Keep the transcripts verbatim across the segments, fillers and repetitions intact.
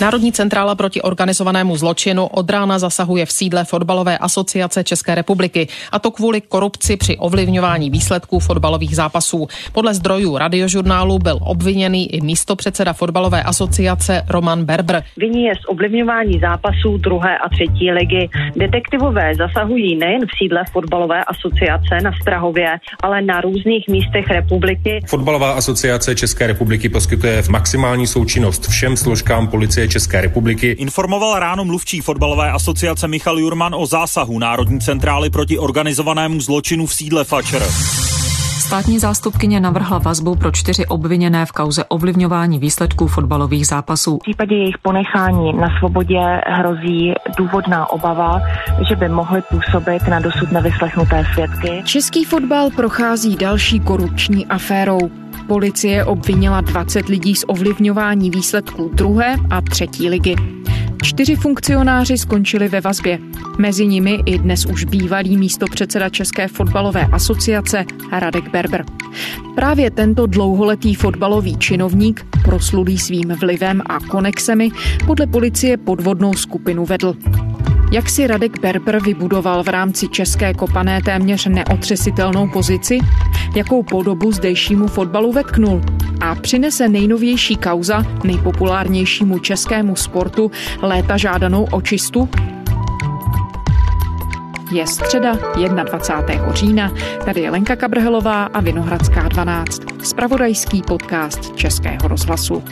Národní centrála proti organizovanému zločinu od rána zasahuje v sídle Fotbalové asociace České republiky, a to kvůli korupci při ovlivňování výsledků fotbalových zápasů. Podle zdrojů Radiožurnálu byl obviněný i místopředseda Fotbalové asociace Roman Berbr. Viní je z ovlivňování zápasů druhé a třetí ligy. Detektivové zasahují nejen v sídle Fotbalové asociace na Strahově, ale na různých místech republiky. Fotbalová asociace České republiky poskytuje v maximální součinnost všem složkám policie České republiky. Informoval ráno mluvčí Fotbalové asociace Michal Jurman o zásahu Národní centrály proti organizovanému zločinu v sídle Fatscher. Státní zástupkyně navrhla vazbu pro čtyři obviněné v kauze ovlivňování výsledků fotbalových zápasů. V případě jejich ponechání na svobodě hrozí důvodná obava, že by mohly působit na dosud nevyslechnuté svědky. Český fotbal prochází další korupční aférou. Policie obvinila dvacet lidí z ovlivňování výsledků druhé a třetí ligy. Čtyři funkcionáři skončili ve vazbě. Mezi nimi i dnes už bývalý místopředseda České fotbalové asociace Radek Berbr. Právě tento dlouholetý fotbalový činovník, proslulý svým vlivem a konexemi, podle policie podvodnou skupinu vedl. Jak si Radek Berbr vybudoval v rámci české kopané téměř neotřesitelnou pozici? Jakou podobu zdejšímu fotbalu vetknul? A přinese nejnovější kauza nejpopulárnějšímu českému sportu léta žádanou očistu? Je středa dvacátého prvního října, tady je Lenka Kabrhelová a Vinohradská dvanáct, zpravodajský podcast Českého rozhlasu.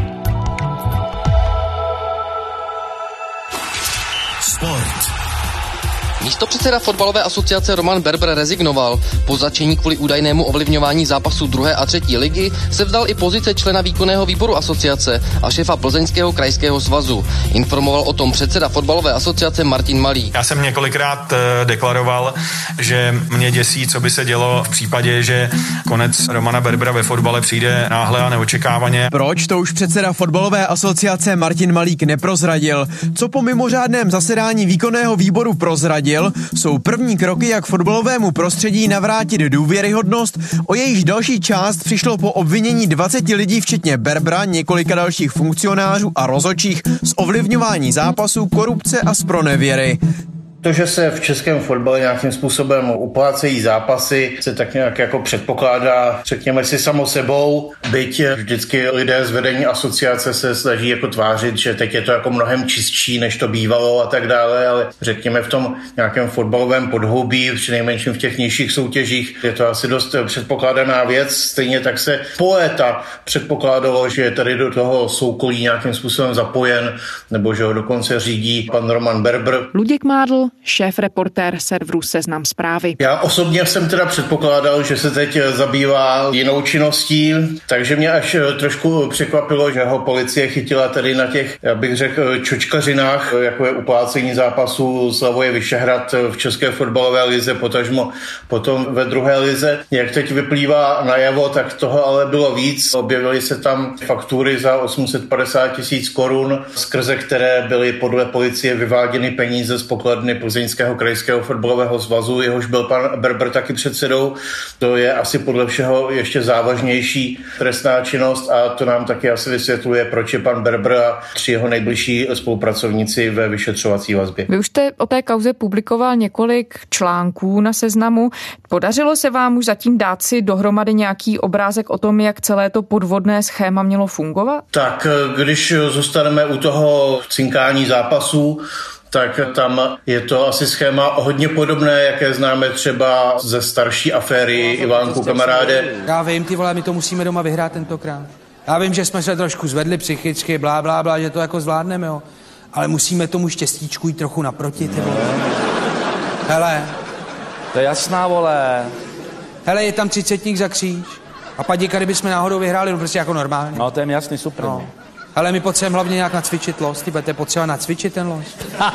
Sport. Místopředseda Fotbalové asociace Roman Berbr rezignoval. Po zatčení kvůli údajnému ovlivňování zápasů druhé a třetí ligy se vzdal i pozice člena výkonného výboru asociace a šéfa Plzeňského krajského svazu. Informoval o tom předseda Fotbalové asociace Martin Malý. Já jsem několikrát deklaroval, že mě děsí, co by se dělo v případě, že konec Romana Berbra ve fotbale přijde náhle a neočekávaně. Proč to už předseda Fotbalové asociace Martin Malík neprozradil? Co po mimořádném zasedání výkonného výboru prozradil? Jsou první kroky, jak fotbalovému prostředí navrátit důvěryhodnost. O jejich další část přišlo po obvinění dvaceti lidí, včetně Berbra, několika dalších funkcionářů a rozhodčích z ovlivňování zápasů, korupce a zpronevěry. To, že se v českém fotbale nějakým způsobem uplácejí zápasy, se tak nějak jako předpokládá, řekněme si, samo sebou, byť vždycky lidé z vedení asociace se snaží jako tvářit, že teď je to jako mnohem čistší, než to bývalo a tak dále, ale řekněme v tom nějakém fotbalovém podhoubí, přinejmenším v těch nižších soutěžích, je to asi dost předpokládaná věc. Stejně tak se po léta předpokládalo, že je tady do toho soukolí nějakým způsobem zapojen, nebo že ho dokonce řídí pan Roman Berbr. Luděk Mádl, šéf-reportér serveru Seznam Zprávy. Já osobně jsem teda předpokládal, že se teď zabývá jinou činností, takže mě až trošku překvapilo, že ho policie chytila tady na těch, já bych řekl, čočkařinách, jako je uplácení zápasů Slavie Vyšehrad v české fotbalové lize, potažmo potom ve druhé lize. Jak teď vyplývá najevo, tak toho ale bylo víc. Objevily se tam faktury za osm set padesát tisíc korun, skrze které byly podle policie vyváděny peníze z pokladny Plzeňského krajského fotbalového svazu, jehož byl pan Berbr taky předsedou. To je asi podle všeho ještě závažnější trestná činnost a to nám taky asi vysvětluje, proč je pan Berbr a tři jeho nejbližší spolupracovníci ve vyšetřovací vazbě. Vy už jste o té kauze publikoval několik článků na Seznamu. Podařilo se vám už zatím dát si dohromady nějaký obrázek o tom, jak celé to podvodné schéma mělo fungovat? Tak když zůstaneme u toho cinkání zápasů, tak tam je to asi schéma hodně podobné, jaké známe třeba ze starší aféry Ivánku Kamaráde. Já vím, ty vole, my to musíme doma vyhrát tentokrát. Já vím, že jsme se trošku zvedli psychicky, blá, blá, blá, že to jako zvládneme, jo. Ale musíme tomu štěstíčku jít trochu naproti, ty vole. Hele. To je jasná, vole. Hele, je tam třicetník za kříž. A padíka, kdybychom náhodou vyhráli, no prostě jako normálně. No, to je mi jasný, super. No. Ale my potřebujeme hlavně nějak nacvičit los, ty budete potřeba nacvičit ten los.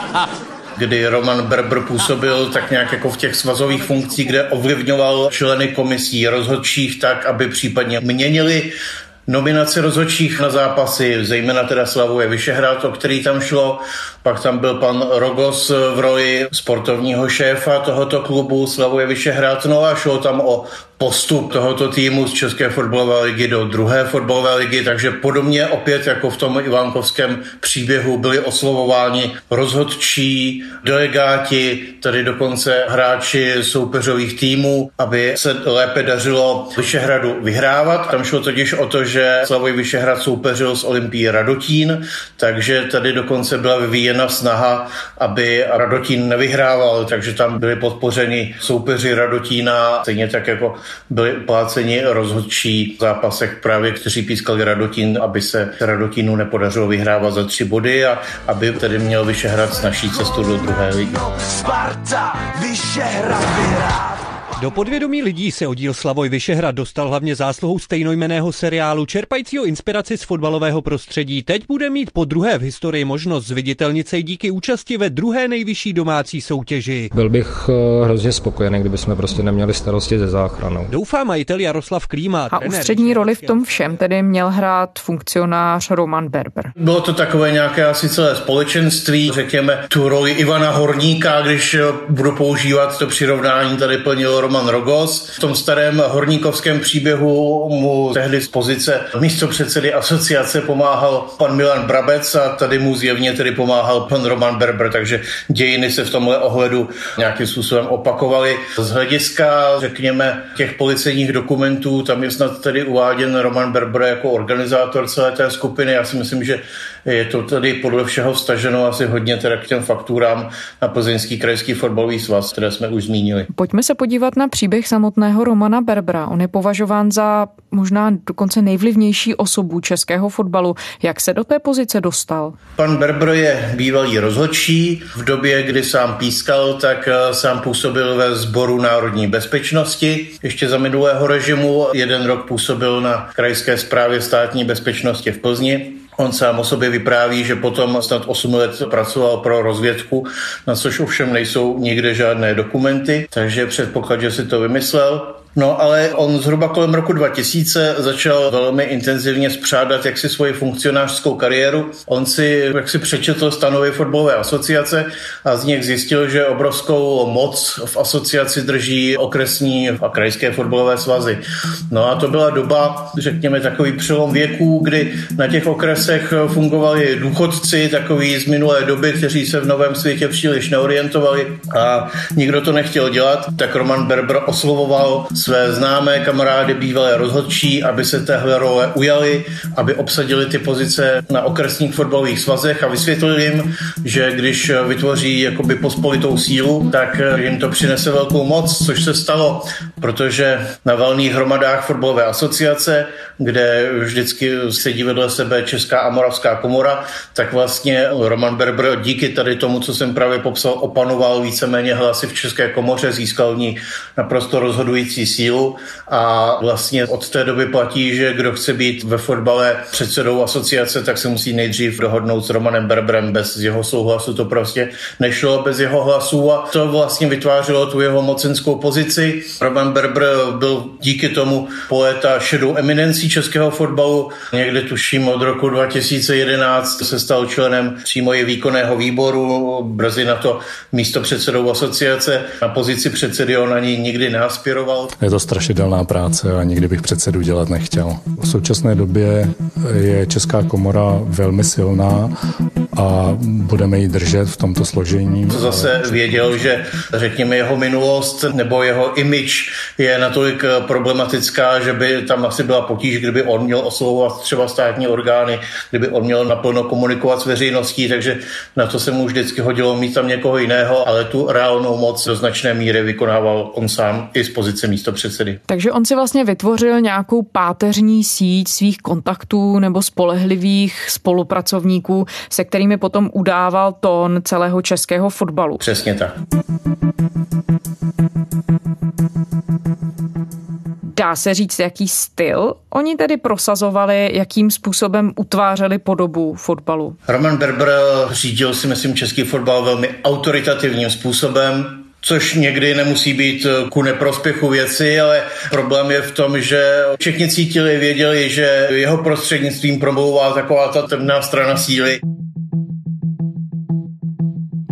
Kdy Roman Berbr působil tak nějak jako v těch svazových funkcích, kde ovlivňoval členy komisí rozhodčích tak, aby případně měnili nominace rozhodčích na zápasy, zejména teda Slavie Vyšehrad, o který tam šlo. Pak tam byl pan Rogos v roli sportovního šéfa tohoto klubu Slavie Vyšehrad. No a šlo tam o postup tohoto týmu z České fotbalové ligy do druhé fotbalové ligy, takže podobně opět jako v tom ivánkovském příběhu byli oslovováni rozhodčí, delegáti, tady dokonce hráči soupeřových týmů, aby se lépe dařilo Vyšehradu vyhrávat. Tam šlo totiž o to, že Slavoj Vyšehrad soupeřil s Olympií Radotín, takže tady dokonce byla vyvíjena snaha, aby Radotín nevyhrával, takže tam byli podpořeni soupeři Radotína, stejně tak jako byli pláceni rozhodčí v zápasech právě, kteří pískali Radotín, aby se Radotínu nepodařilo vyhrávat za tři body a aby tedy měl Vyšehrad snazší cestu do druhé ligy. Sparta, Vyšehrad vyhrát. Do podvědomí lidí se oddíl Slavoj Vyšehrad dostal hlavně zásluhou stejnojmenného seriálu čerpajícího inspiraci z fotbalového prostředí. Teď bude mít po druhé v historii možnost zviditelnit se díky účasti ve druhé nejvyšší domácí soutěži. Byl bych hrozně spokojený, kdyby jsme prostě neměli starosti se záchranou. Doufá majitel Jaroslav Klíma. A ústřední roli v tom všem tedy měl hrát funkcionář Roman Berber. Bylo to takové nějaké asi celé společenství, řekněme tu roli Ivana Horníka, když budu používat to přirovnání, tady plnil Roman Rogos. V tom starém horníkovském příběhu mu tehdy z pozice místopředsedy asociace pomáhal pan Milan Brabec a tady mu zjevně tedy pomáhal pan Roman Berber, takže dějiny se v tomhle ohledu nějakým způsobem opakovaly. Z hlediska, řekněme, těch policejních dokumentů, tam je snad tedy uváděn Roman Berber jako organizátor celé té skupiny. Já si myslím, že je to tady podle všeho vztaženo asi hodně teda k těm fakturám na Plzeňský krajský fotbalový svaz, které jsme už zmínili. Pojďme se podívat na příběh samotného Romana Berbera. On je považován za možná dokonce nejvlivnější osobu českého fotbalu. Jak se do té pozice dostal? Pan Berber je bývalý rozhodčí. V době, kdy sám pískal, tak sám působil ve Sboru národní bezpečnosti. Ještě za minulého režimu jeden rok působil na krajské správě státní bezpečnosti v Plzni. On sám o sobě vypráví, že potom snad osm let pracoval pro rozvědku, na což ovšem nejsou nikde žádné dokumenty, takže předpoklad, že si to vymyslel. No ale on zhruba kolem roku dva tisíce začal velmi intenzivně spřádat jaksi svoji funkcionářskou kariéru. On si jaksi přečetl stanovy fotbalové asociace a z nich zjistil, že obrovskou moc v asociaci drží okresní a krajské fotbalové svazy. No a to byla doba, řekněme, takový přelom věků, kdy na těch okresech fungovali důchodci, takový z minulé doby, kteří se v novém světě příliš neorientovali a nikdo to nechtěl dělat, tak Roman Berber oslovoval své známé kamarády, bývalé rozhodčí, aby se téhle role ujali, aby obsadili ty pozice na okresních fotbalových svazech a vysvětlili jim, že když vytvoří jakoby pospolitou sílu, tak jim to přinese velkou moc, což se stalo, protože na valných hromadách fotbalové asociace, kde vždycky sedí vedle sebe Česká a Moravská komora, tak vlastně Roman Berber díky tady tomu, co jsem právě popsal, opanoval víceméně hlasy v České komoře, získal v ní naprosto rozhodující sílu a vlastně od té doby platí, že kdo chce být ve fotbale předsedou asociace, tak se musí nejdřív dohodnout s Romanem Berberem. Bez jeho souhlasu to prostě nešlo, bez jeho hlasů a to vlastně vytvářelo tu jeho mocenskou pozici. Roman Berber byl díky tomu po léta šedou eminencí českého fotbalu. Někde tuším od roku dva tisíce jedenáct se stal členem přímo i výkonného výboru, brzy na to místopředsedou asociace. Na pozici předsedy on ani nikdy neaspiroval. Je to strašidelná práce a nikdy bych předsedu dělat nechtěl. V současné době je Česká komora velmi silná a budeme ji držet v tomto složení. Zase věděl, že řekněme jeho minulost nebo jeho image je natolik problematická, že by tam asi byla potíž, kdyby on měl oslovovat třeba státní orgány, kdyby on měl naplno komunikovat s veřejností, takže na to se mu vždycky hodilo mít tam někoho jiného, ale tu reálnou moc do značné míry vykonával on sám i z pozice místopředsedy. Takže on si vlastně vytvořil nějakou páteřní síť svých kontaktů nebo spolehlivých spolupracovníků, se kterými potom udával tón celého českého fotbalu. Přesně tak. Dá se říct, jaký styl oni tedy prosazovali, jakým způsobem utvářeli podobu fotbalu? Roman Berber řídil si, myslím, český fotbal velmi autoritativním způsobem, což někdy nemusí být ku neprospěchu věci, ale problém je v tom, že všichni cítili, věděli, že jeho prostřednictvím promlouvá taková ta temná strana síly.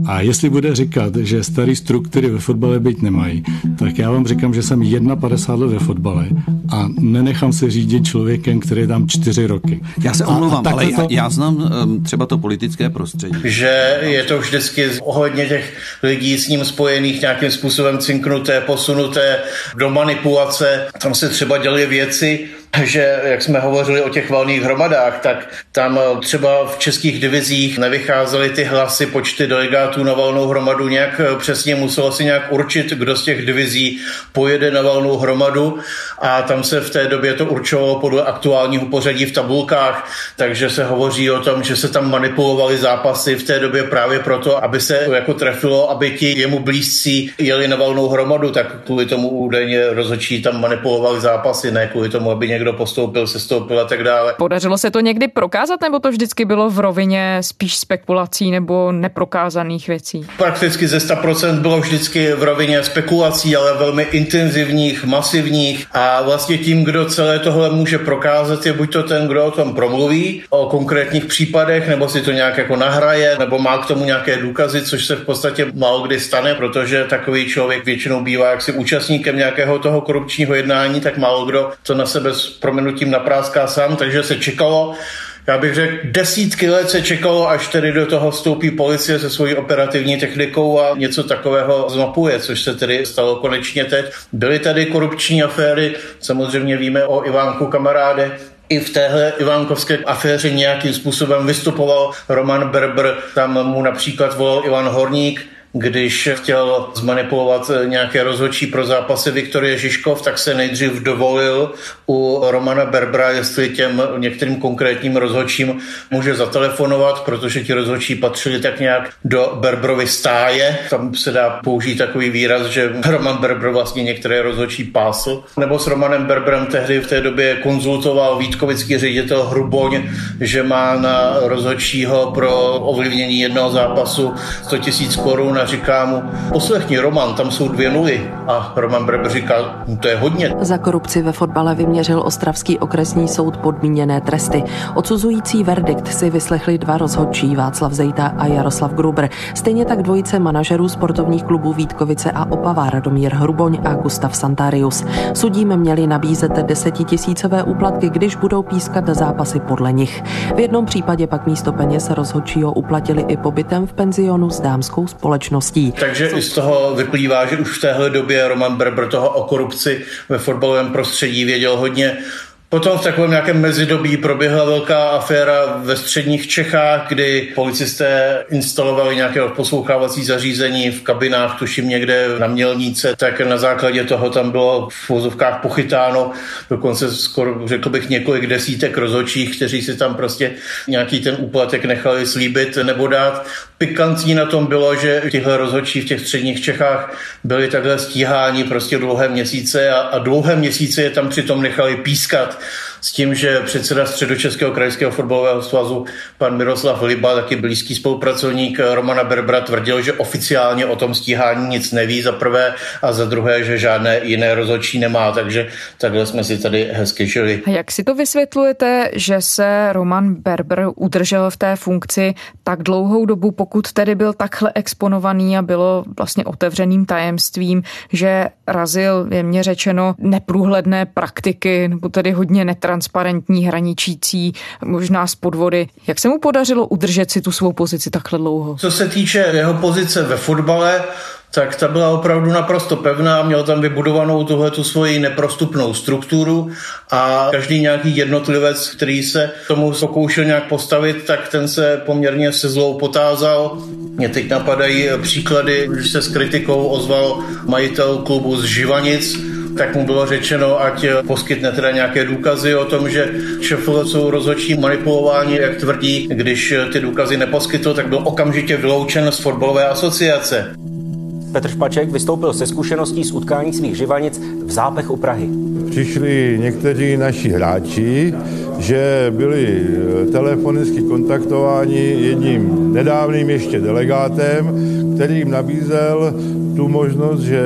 A jestli bude říkat, že starý struktury ve fotbale být nemají, tak já vám říkám, že jsem padesát jedna let ve fotbale a nenechám se řídit člověkem, který je tam čtyři roky. Já se omlouvám, ale to... já, já znám um, třeba to politické prostředí. Že je to vždycky ohledně těch lidí s ním spojených nějakým způsobem cinknuté, posunuté do manipulace. Tam se třeba děly věci, že jak jsme hovořili o těch valných hromadách, tak tam třeba v českých divizích nevycházely ty hlasy, počty delegátů na valnou hromadu nějak přesně, muselo si nějak určit, kdo z těch divizí pojede na valnou hromadu a tam se v té době to určovalo podle aktuálního pořadí v tabulkách, takže se hovoří o tom, že se tam manipulovaly zápasy v té době právě proto, aby se jako trefilo, aby ti jemu blízcí jeli na valnou hromadu, tak kvůli tomu údajně rozhodčí tam manipulovali zápasy, ne kvůli tomu, aby někdo postoupil, sestoupil a tak dále. Podařilo se to někdy prokázat, nebo to vždycky bylo v rovině spíš spekulací nebo neprokázaných věcí? Prakticky ze sto procent bylo vždycky v rovině spekulací, ale velmi intenzivních, masivních a vlastně tím, kdo celé tohle může prokázat, je buď to ten, kdo o tom promluví, o konkrétních případech, nebo si to nějak jako nahraje, nebo má k tomu nějaké důkazy, což se v podstatě málo kdy stane, protože takový člověk většinou bývá jaksi účastníkem nějakého toho korupčního jednání, tak málo kdo to na sebe s prominutím napráská sám, takže se čekalo, já bych řekl, desítky let se čekalo, až tedy do toho vstoupí policie se svojí operativní technikou a něco takového zmapuje, což se tedy stalo konečně teď. Byly tady korupční aféry, samozřejmě víme o Ivánku Kamaráde. I v téhle ivánkovské aféře nějakým způsobem vystupoval Roman Berber, tam mu například volal Ivan Horník, když chtěl zmanipulovat nějaké rozhodčí pro zápasy Viktorie Žižkov, tak se nejdřív dovolil u Romana Berbera, jestli těm některým konkrétním rozhodčím může zatelefonovat, protože ti rozhodčí patřili tak nějak do Berberovy stáje. Tam se dá použít takový výraz, že Roman Berber vlastně některé rozhodčí pásl. Nebo s Romanem Berberem tehdy v té době konzultoval vítkovický ředitel Hruboň, že má na rozhodčího pro ovlivnění jednoho zápasu sto tisíc korun a říká mu, poslechni Roman, tam jsou dvě nuly. A Roman Berber říká, to je hodně. Za korupci ve fotbale vyměřil ostravský okresní soud podmíněné tresty. Odsuzující verdikt si vyslechli dva rozhodčí, Václav Zejta a Jaroslav Gruber. Stejně tak dvojice manažerů sportovních klubů Vítkovice a Opava, Radomír Hruboň a Gustav Santarius. Sudím měli nabízet desetitisícové úplatky, když budou pískat zápasy podle nich. V jednom případě pak místo peněz rozhodčího uplatili i pobytem v penzionu s dámskou společností. Takže i z toho vyplývá, že už v téhle době Roman Berber toho o korupci ve fotbalovém prostředí věděl hodně. Potom v takovém nějakém mezidobí proběhla velká aféra ve středních Čechách, kdy policisté instalovali nějaké odposlouchávací zařízení v kabinách, tuším někde na Mělníce, tak na základě toho tam bylo v vozovkách pochytáno dokonce skoro, řekl bych, několik desítek rozhodčích, kteří si tam prostě nějaký ten úplatek nechali slíbit nebo dát. Pikantní na tom bylo, že tihle rozhodčí v těch středních Čechách byli takhle stíháni prostě dlouhé měsíce a, a dlouhé měsíce je tam přitom nechali pískat. S tím, že předseda Středočeského krajského fotbalového svazu pan Miroslav Liba, taky blízký spolupracovník Romana Berbera, tvrdil, že oficiálně o tom stíhání nic neví za prvé a za druhé, že žádné jiné rozhodčí nemá, takže takhle jsme si tady hezky žili. A jak si to vysvětlujete, že se Roman Berber udržel v té funkci tak dlouhou dobu, pokud tedy byl takhle exponovaný a bylo vlastně otevřeným tajemstvím, že razil, jemně řečeno, neprůhledné praktiky, nebo tedy hodně netransparentní, hraničící, možná z podvody. Jak se mu podařilo udržet si tu svou pozici takhle dlouho? Co se týče jeho pozice ve fotbale, tak ta byla opravdu naprosto pevná, měl tam vybudovanou tuhletu svoji neprostupnou strukturu a každý nějaký jednotlivec, který se tomu pokoušel nějak postavit, tak ten se poměrně se zlou potázal. Mě teď napadají příklady, když se s kritikou ozval majitel klubu z Živanic, tak mu bylo řečeno, ať poskytne teda nějaké důkazy o tom, že šéfové jsou rozhodčí manipulování, jak tvrdí. Když ty důkazy neposkytl, tak byl okamžitě vyloučen z fotbalové asociace. Petr Špaček vystoupil se zkušeností z utkání svých Živanic v Zápech u Prahy. Přišli někteří naši hráči, že byli telefonicky kontaktováni jedním nedávným ještě delegátem, který jim nabízel tu možnost, že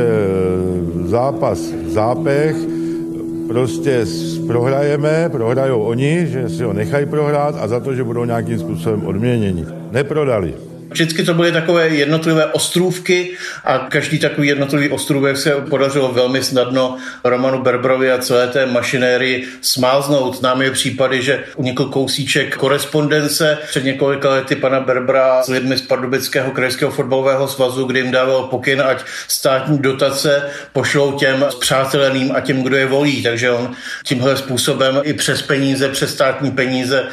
zápas v Zápech prostě prohrajeme, prohrajou oni, že si ho nechají prohrát a za to, že budou nějakým způsobem odměněni. Neprodali. Vždycky to byly takové jednotlivé ostrůvky a každý takový jednotlivý ostrůvek se podařilo velmi snadno Romanu Berbrovi a celé té mašinérii smáznout. Známe případy, že unikl kousíček korespondence před několika lety pana Berbra s lidmi z Pardubického krajského fotbalového svazu, kdy jim dával pokyn, ať státní dotace pošlou těm spřáteleným a těm, kdo je volí. Takže on tímhle způsobem i přes peníze, přes státní peníze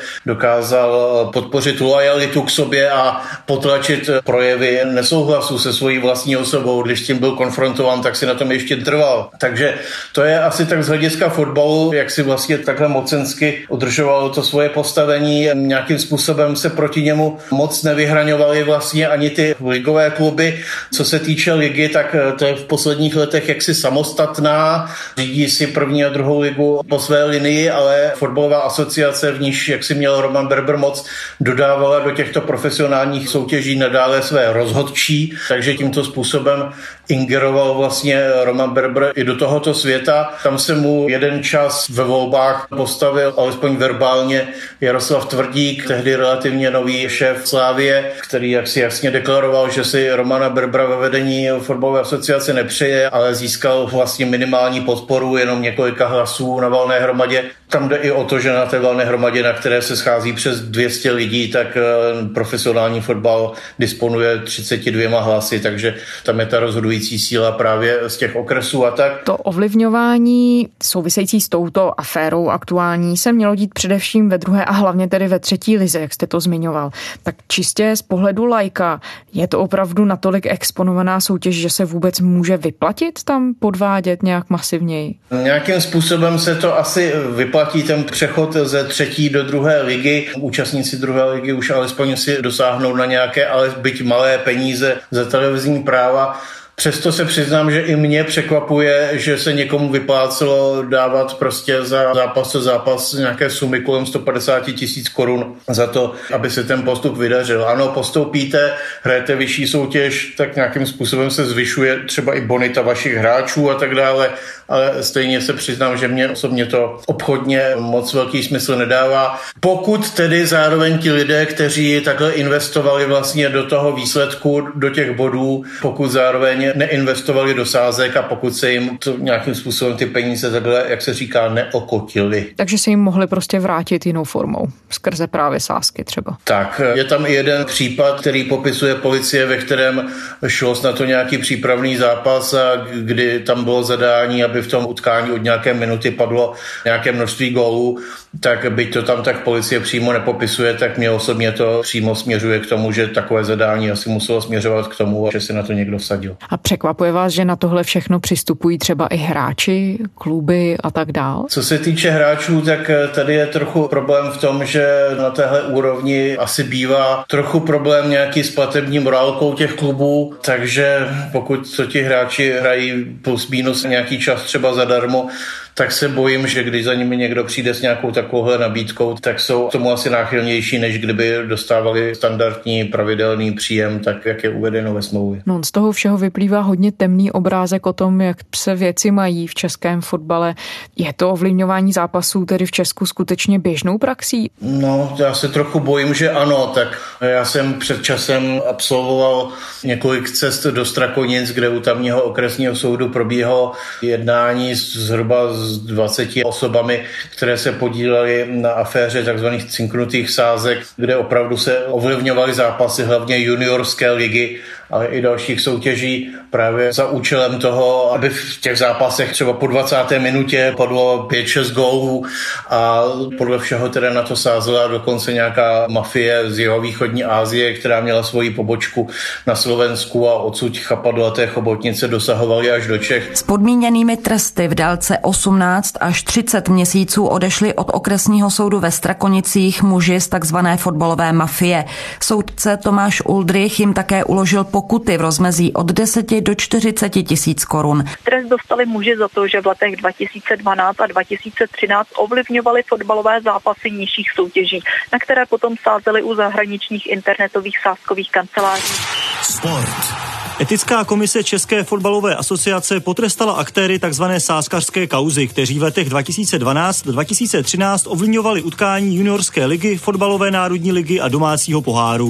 dokázal podpořit lojalitu k sobě a potlačit projevy nesouhlasu se svojí vlastní osobou. Když s tím byl konfrontován, tak si na tom ještě trval. Takže to je asi tak z hlediska fotbalu, jak si vlastně takhle mocensky udržovalo to svoje postavení. Nějakým způsobem se proti němu moc nevyhraňovaly vlastně ani ty ligové kluby. Co se týče ligy, tak to je v posledních letech jaksi samostatná. Řídí si první a druhou ligu po své linii, ale fotbalová asociace, v níž jak si měl Roman Berber moc, dodávala do těchto profesionálních soutěží nadále své rozhodčí, takže tímto způsobem ingeroval vlastně Roman Berber i do tohoto světa. Tam se mu jeden čas ve volbách postavil alespoň verbálně Jaroslav Tvrdík, tehdy relativně nový šéf Slávie, který jaksi jasně deklaroval, že si Romana Berbra ve vedení fotbalové asociace nepřeje, ale získal vlastně minimální podporu, jenom několika hlasů na valné hromadě. Tam jde i o to, že na té valné hromadě, na které se schází přes dvě stě lidí, tak profesionální fotbal disponuje třicet dvěma hlasy, takže tam je ta rozhodující síla právě z těch okresů a tak. To ovlivňování související s touto aférou aktuální se mělo dít především ve druhé a hlavně tedy ve třetí lize, jak jste to zmiňoval. Tak čistě z pohledu laika je to opravdu natolik exponovaná soutěž, že se vůbec může vyplatit tam podvádět nějak masivněji? Nějakým způsobem se to asi vyplatí, ten přechod ze třetí do druhé ligy. Účastníci druhé ligy už alespoň si dosáhnou na nějaké, ale byť malé peníze za televizní práva. Přesto se přiznám, že i mě překvapuje, že se někomu vyplácelo dávat prostě za zápas co zápas nějaké sumy kolem sto padesát tisíc korun za to, aby se ten postup vydařil. Ano, postoupíte, hrajete vyšší soutěž, tak nějakým způsobem se zvyšuje třeba i bonita vašich hráčů a tak dále, ale stejně se přiznám, že mě osobně to obchodně moc velký smysl nedává. Pokud tedy zároveň ti lidé, kteří takhle investovali vlastně do toho výsledku, do těch bodů, pokud zároveň neinvestovali do sázek a pokud se jim to nějakým způsobem ty peníze takhle, jak se říká, neokotily. Takže se jim mohli prostě vrátit jinou formou, skrze právě sázky třeba. Tak, je tam i jeden případ, který popisuje policie, ve kterém šlo na to nějaký přípravný zápas a kdy tam bylo zadání, aby v tom utkání od nějaké minuty padlo nějaké množství gólů, tak byť to tam tak policie přímo nepopisuje, tak mě osobně to přímo směřuje k tomu, že takové zadání asi muselo směřovat k tomu, že si na to někdo vsadil. A překvapuje vás, že na tohle všechno přistupují třeba i hráči, kluby a tak dál? Co se týče hráčů, tak tady je trochu problém v tom, že na téhle úrovni asi bývá trochu problém nějaký s platební morálkou těch klubů, takže pokud to ti hráči hrají plus minus nějaký čas třeba zadarmo, tak se bojím, že když za nimi někdo přijde s nějakou takovouhle nabídkou, tak jsou tomu asi náchylnější, než kdyby dostávali standardní pravidelný příjem, tak jak je uvedeno ve smlouvě. No, z toho všeho vyplývá hodně temný obrázek o tom, jak se věci mají v českém fotbale. Je to ovlivňování zápasů tedy v Česku skutečně běžnou praxí? No, já se trochu bojím, že ano. Tak já jsem před časem absolvoval několik cest do Strakonic, kde u tamního okresního soudu probíhalo jednání zhruba z dvaceti osobami, které se podílely na aféře takzvaných cinknutých sázek, kde opravdu se ovlivňovaly zápasy hlavně juniorské ligy, ale i dalších soutěží právě za účelem toho, aby v těch zápasech třeba po dvacáté minutě padlo pět šest gólů a podle všeho teda na to sázela dokonce nějaká mafie z jihovýchodní Asie, která měla svoji pobočku na Slovensku a odsud chapadlaté chobotnice dosahovaly až do Čech. S podmíněnými tresty v délce osmnáct až třicet měsíců odešli od okresního soudu ve Strakonicích muži z takzvané fotbalové mafie. Soudce Tomáš Uldrych jim také uložil pokuty v rozmezí od deseti do čtyřiceti tisíc korun. Trest dostali muži za to, že v letech dva tisíce dvanáct a dva tisíce třináct ovlivňovali fotbalové zápasy nižších soutěží, na které potom sázeli u zahraničních internetových sázkových kanceláří. Sport. Etická komise České fotbalové asociace potrestala aktéry tzv. Sázkařské kauzy, kteří v letech dva tisíce dvanáct a dva tisíce třináct ovlivňovali utkání juniorské ligy, fotbalové národní ligy a domácího poháru.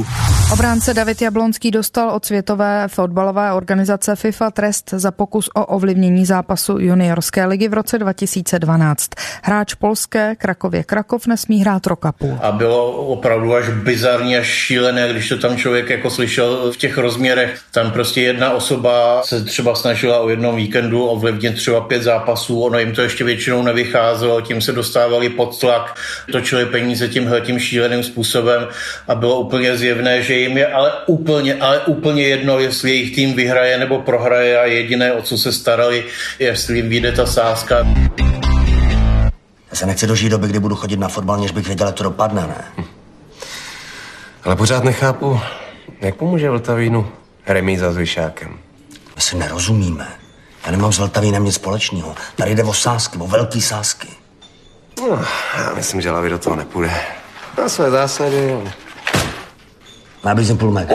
Obránce David Jablonský dostal od světové fotbalové organizace FIFA trest za pokus o ovlivnění zápasu juniorské ligy v roce dva tisíce dvanáct. Hráč polské Krakově Krakov nesmí hrát rok a půl. A bylo opravdu až bizarní, až šílené, když to tam člověk jako slyšel v těch rozměrech. Tam prostě jedna osoba se třeba snažila o jednom víkendu ovlivnit třeba pět zápasů, ono jim to ještě většinou nevycházelo, tím se dostávali pod tlak, točili peníze tímhletím šíleným způsobem a bylo úplně zjevné, že jim je ale úplně, ale úplně jedno, jestli jejich tým vyhraje nebo prohraje a jediné, o co se starali, jestli jim vyjde ta sázka. Já se nechci dožít doby, kdy budu chodit na fotbal, než bych věděl, jak to dopadne, ne? Hm. Ale pořád nechápu, jak pomůže Vltavínu remíza s Vyšákem. My si nerozumíme. Já nemám s Vltavínem nic společného. Tady jde o sázky, o velký sázky. No, já myslím, že Lavi do toho nepůjde. Na své zásady. Nabízím půl metru.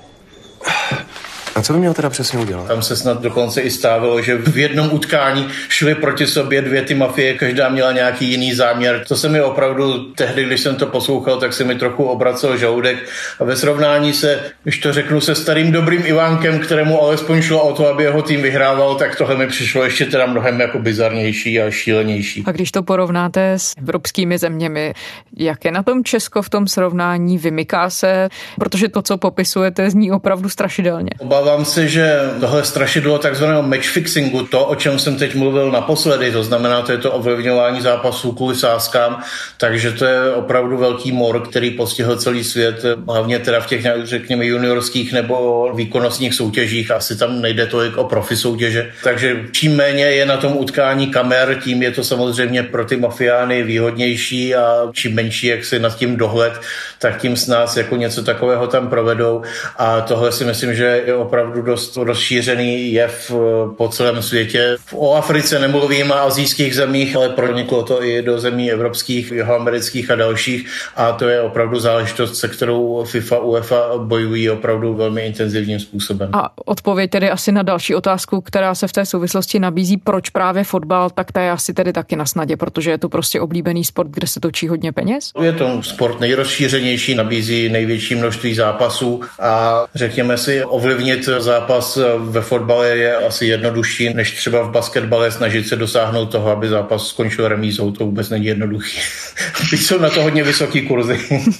A co by měl teda přesně udělat? Tam se snad dokonce i stávalo, že v jednom utkání šly proti sobě dvě ty mafie, každá měla nějaký jiný záměr. To se mi opravdu tehdy, když jsem to poslouchal, tak se mi trochu obracel žaludek. A ve srovnání se, když to řeknu, se starým dobrým Ivánkem, kterému alespoň šlo o to, aby jeho tým vyhrával, tak tohle mi přišlo ještě teda mnohem jako bizarnější a šílenější. A když to porovnáte s evropskými zeměmi, jak je na tom Česko v tom srovnání? Vymyká se, protože to, co popisujete, zní opravdu strašidelně. Obávám se, že tohle strašidlo takzvaného matchfixingu, to, o čem jsem teď mluvil naposledy, to znamená, to je to ovlivňování zápasů kvůli sázkám, takže to je opravdu velký mor, který postihl celý svět, hlavně teda v těch, řekněme, juniorských nebo výkonnostních soutěžích, asi tam nejde tolik o profi soutěže, takže čím méně je na tom utkání kamer, tím je to samozřejmě pro ty mafiány výhodnější a čím menší, jak si nad tím dohled, tak tím s nás jako něco takového tam provedou a tohle si myslím, že je opravdu dost rozšířený jev po celém světě. O Africe nemluvím a azijských zemích, ale proniklo to i do zemí evropských, jihoamerických a dalších a to je opravdu záležitost, se kterou FIFA, UEFA bojují opravdu velmi intenzivním způsobem. A odpověď tedy asi na další otázku, která se v té souvislosti nabízí, proč právě fotbal, tak to je asi tedy taky na snadě, protože je to prostě oblíbený sport, kde se točí hodně peněz? Je to sport nejrozšířenější, nabízí největší množství zápasů a řekněme si, ovlivnit zápas ve fotbale je asi jednodušší, než třeba v basketbale snažit se dosáhnout toho, aby zápas skončil remízou. To vůbec není jednoduchý. Teď jsou na to hodně vysoký kurzy.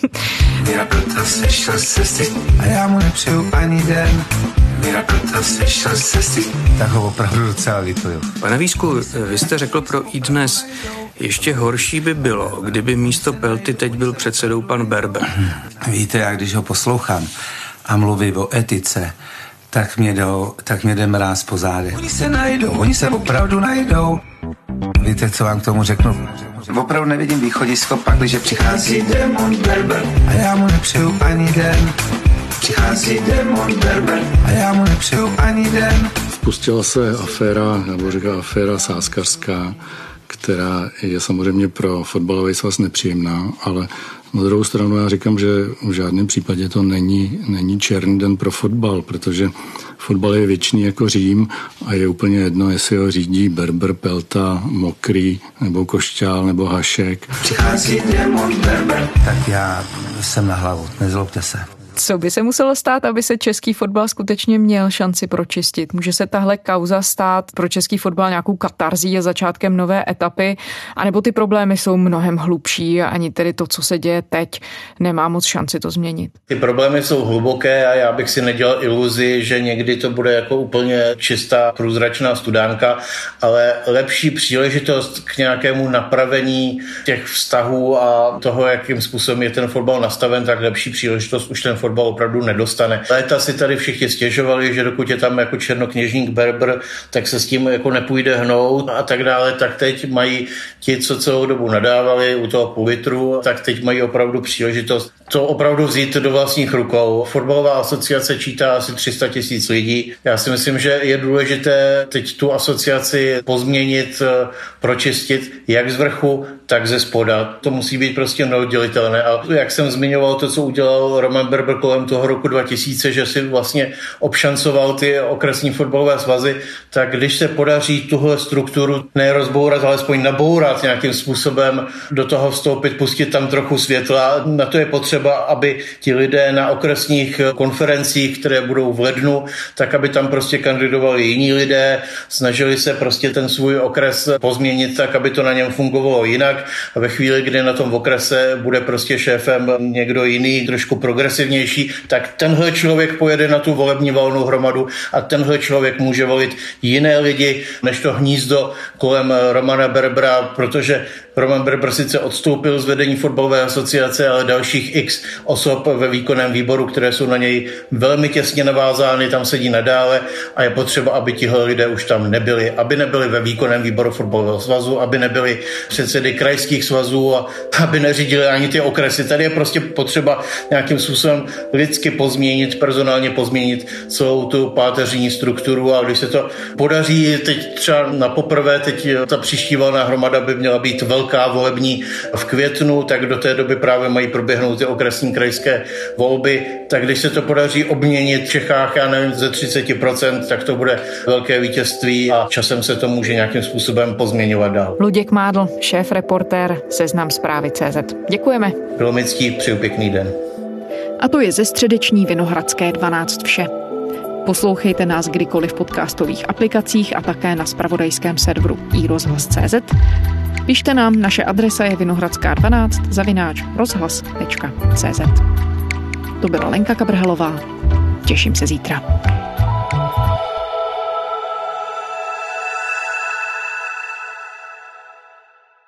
Já proto sešel z cesty a já mu nepřeju ani den. Já proto sešel z cesty. Tak ho opravdu docela lituju. Pane Vísku, vy jste řekl pro iDnes, ještě horší by bylo, kdyby místo Pelty teď byl předsedou pan Berber. Víte, já když ho poslouchám a mluví o etice, tak mě, jdou, tak mě jde mráz po zádech. Oni se najdou, oni se opravdu najdou. Víte, co vám k tomu řeknu? Opravdu nevidím východisko, pak, když přichází démon Berber a já mu nepřeju ani den. Přichází démon Berber a já mu nepřeju ani den. Spustila se aféra, nebo říká aféra sázkařská, která je samozřejmě pro fotbalový svaz nepříjemná, ale na druhou stranu já říkám, že v žádném případě to není, není černý den pro fotbal, protože fotbal je věčný jako Řím a je úplně jedno, jestli ho řídí Berber, Pelta, Mokrý, nebo Košťál, nebo Hašek. Přichází démon Berber. Tak já jsem na hlavu, nezlobte se. Co by se muselo stát, aby se český fotbal skutečně měl šanci pročistit? Může se tahle kauza stát pro český fotbal nějakou katarzí a začátkem nové etapy? A nebo ty problémy jsou mnohem hlubší a ani tedy to, co se děje teď, nemá moc šanci to změnit? Ty problémy jsou hluboké a já bych si nedělal iluzi, že někdy to bude jako úplně čistá průzračná studánka, ale lepší příležitost k nějakému napravení těch vztahů a toho, jakým způsobem je ten fotbal nastaven, tak lepší příležitost už ten fotbal opravdu nedostane. Léta si tady všichni stěžovali, že dokud je tam jako černokněžník Berber, tak se s tím jako nepůjde hnout a tak dále, tak teď mají ti, co celou dobu nadávali u toho půl litru, tak teď mají opravdu příležitost to opravdu vzít do vlastních rukou. Fotbalová asociace čítá asi tři sta tisíc lidí. Já si myslím, že je důležité teď tu asociaci pozměnit, pročistit, jak z vrchu, tak ze spoda. To musí být prostě neoddělitelné. A jak jsem zmiňoval to, co udělal Roman Berber rozvedl kolem toho roku dva tisíce, že si vlastně obšancoval ty okresní fotbalové svazy, tak když se podaří tuhle strukturu ne rozbourat, ale alespoň nabourat nějakým způsobem, do toho vstoupit, pustit tam trochu světla, na to je potřeba, aby ti lidé na okresních konferencích, které budou v lednu, tak aby tam prostě kandidovali jiní lidé, snažili se prostě ten svůj okres pozměnit tak, aby to na něm fungovalo jinak. A ve chvíli, kdy na tom okrese bude prostě šéfem někdo jiný, trošku progresivnější, tak tenhle člověk pojede na tu volební valnou hromadu a tenhle člověk může volit jiné lidi, než to hnízdo kolem Romana Berbera, protože Roman Berber sice odstoupil z vedení fotbalové asociace, ale dalších x osob ve výkonném výboru, které jsou na něj velmi těsně navázány, tam sedí nadále a je potřeba, aby tihle lidé už tam nebyli, aby nebyli ve výkonném výboru fotbalového svazu, aby nebyli předsedy krajských svazů a aby neřídili ani ty okresy. Tady je prostě potřeba nějakým způsobem lidsky pozměnit, personálně pozměnit celou tu páteřní strukturu a když se to podaří teď třeba na poprvé, teď ta příští valná hromada by měla být velká volební v květnu, tak do té doby právě mají proběhnout ty okresní krajské volby, tak když se to podaří obměnit v Čechách, já nevím, ze třicet procent, tak to bude velké vítězství a časem se to může nějakým způsobem pozměňovat dál. Luděk Mádl, šéf reportér Seznam Zprávy tečka cé zet. Děkujeme. Bylo mi ctí, přeju pěkný den. A to je ze středeční Vinohradské dvanáct vše. Poslouchejte nás kdykoliv v podcastových aplikacích a také na zpravodajském serveru i rozhlas tečka cé zet. Pište nám, naše adresa je vinohradská dvanáct zavináč rozhlas tečka cé zet. To byla Lenka Kabrhelová. Těším se zítra.